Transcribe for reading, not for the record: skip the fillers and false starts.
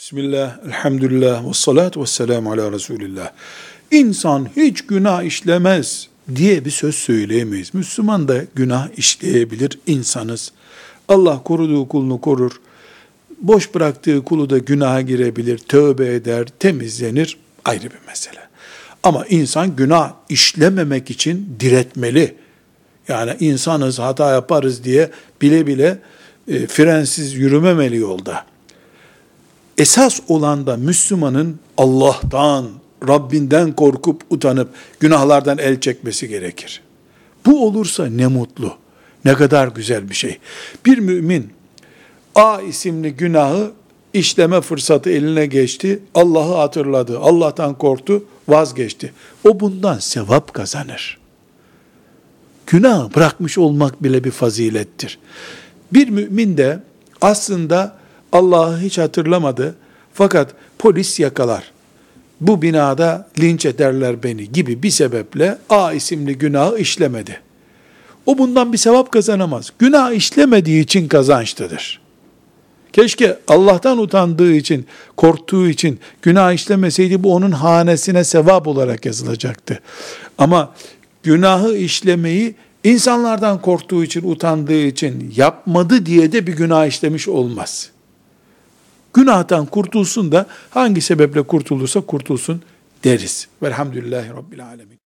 Bismillah, elhamdülillah, ve salatu ve selamu ala Resulillah. İnsan hiç günah işlemez diye bir söz söyleyemeyiz. Müslüman da günah işleyebilir, insanız. Allah koruduğu kulunu korur. Boş bıraktığı kulu da günaha girebilir, tövbe eder, temizlenir, ayrı bir mesele. Ama insan günah işlememek için diretmeli. Yani insanız, hata yaparız diye bile bile frensiz yürümemeli yolda. Esas olan da Müslümanın Allah'tan, Rabbinden korkup utanıp günahlardan el çekmesi gerekir. Bu olursa ne mutlu, ne kadar güzel bir şey. Bir mümin A isimli günahı işleme fırsatı eline geçti, Allah'ı hatırladı, Allah'tan korktu, vazgeçti. O bundan sevap kazanır. Günahı bırakmış olmak bile bir fazilettir. Bir mümin de aslında Allah'ı hiç hatırlamadı, fakat polis yakalar, bu binada linç ederler beni gibi bir sebeple A isimli günahı işlemedi. O bundan bir sevap kazanamaz. Günah işlemediği için kazançlıdır. Keşke Allah'tan utandığı için, korktuğu için günah işlemeseydi, bu onun hanesine sevap olarak yazılacaktı. Ama günahı işlemeyi insanlardan korktuğu için, utandığı için yapmadı diye de bir günah işlemiş olmaz. Günahtan kurtulsun da hangi sebeple kurtulursa kurtulsun deriz. Velhamdülillahi Rabbil Alemin.